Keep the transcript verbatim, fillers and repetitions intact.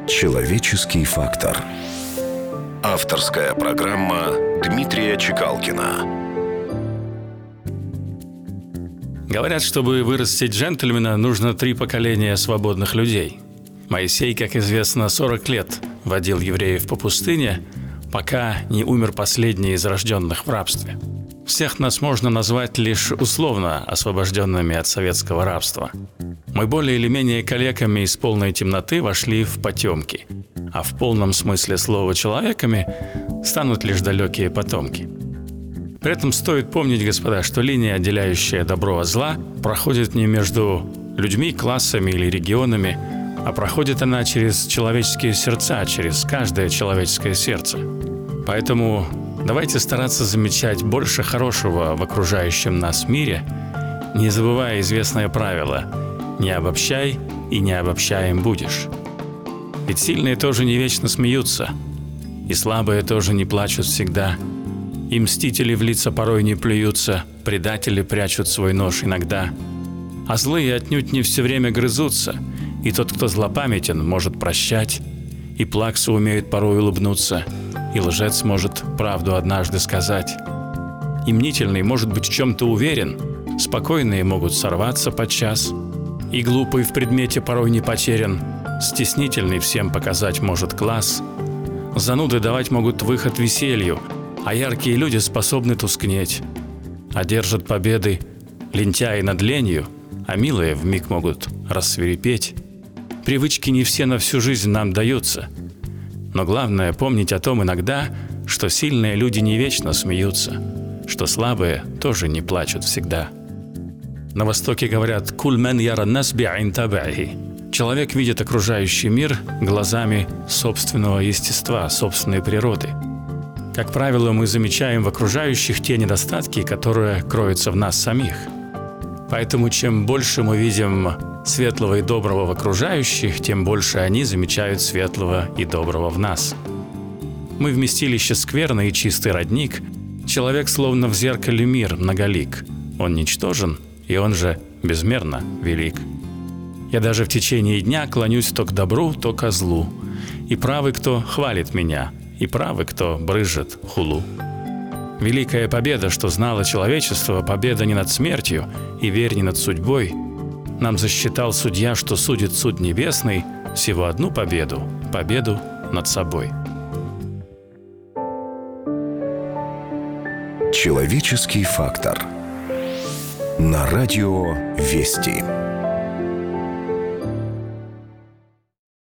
Человеческий фактор. Авторская программа Дмитрия Чекалкина. Говорят, чтобы вырастить джентльмена, нужно три поколения свободных людей. Моисей, как известно, сорок лет водил евреев по пустыне, пока не умер последний из рожденных в рабстве. Всех нас можно назвать лишь условно освобожденными от советского рабства. Мы более или менее калеками из полной темноты вошли в потемки, а в полном смысле слова человеками станут лишь далекие потомки. При этом стоит помнить, господа, что линия, отделяющая добро от зла, проходит не между людьми, классами или регионами, а проходит она через человеческие сердца, через каждое человеческое сердце. Поэтому давайте стараться замечать больше хорошего в окружающем нас мире, не забывая известное правило «не обобщай и не обобщаем будешь». Ведь сильные тоже не вечно смеются, и слабые тоже не плачут всегда, и мстители в лица порой не плюются, предатели прячут свой нож иногда, а злые отнюдь не все время грызутся, и тот, кто злопамятен, может прощать, и плакса умеет порой улыбнуться, и лжец может правду однажды сказать. И мнительный может быть в чем-то уверен, спокойные могут сорваться подчас, и глупый в предмете порой не потерян, стеснительный всем показать может класс. Зануды давать могут выход веселью, а яркие люди способны тускнеть. Одержат победы лентяи над ленью, а милые вмиг могут рассвирепеть. Привычки не все на всю жизнь нам даются, но главное помнить о том иногда, что сильные люди не вечно смеются, что слабые тоже не плачут всегда. На Востоке говорят «Куль мен яра нас би'ин таби'и». Человек видит окружающий мир глазами собственного естества, собственной природы. Как правило, мы замечаем в окружающих те недостатки, которые кроются в нас самих. Поэтому чем больше мы видим светлого и доброго в окружающих, тем больше они замечают светлого и доброго в нас. Мы вместилище скверный и чистый родник. Человек словно в зеркале мир многолик. Он ничтожен, и он же безмерно велик. Я даже в течение дня клонюсь то к добру, то ко злу. И правый, кто хвалит меня, и правый, кто брызжет хулу. Великая победа, что знало человечество, победа не над смертью и верь не над судьбой. Нам засчитал судья, что судит суд небесный, всего одну победу, победу над собой. Человеческий фактор. На радио Вести.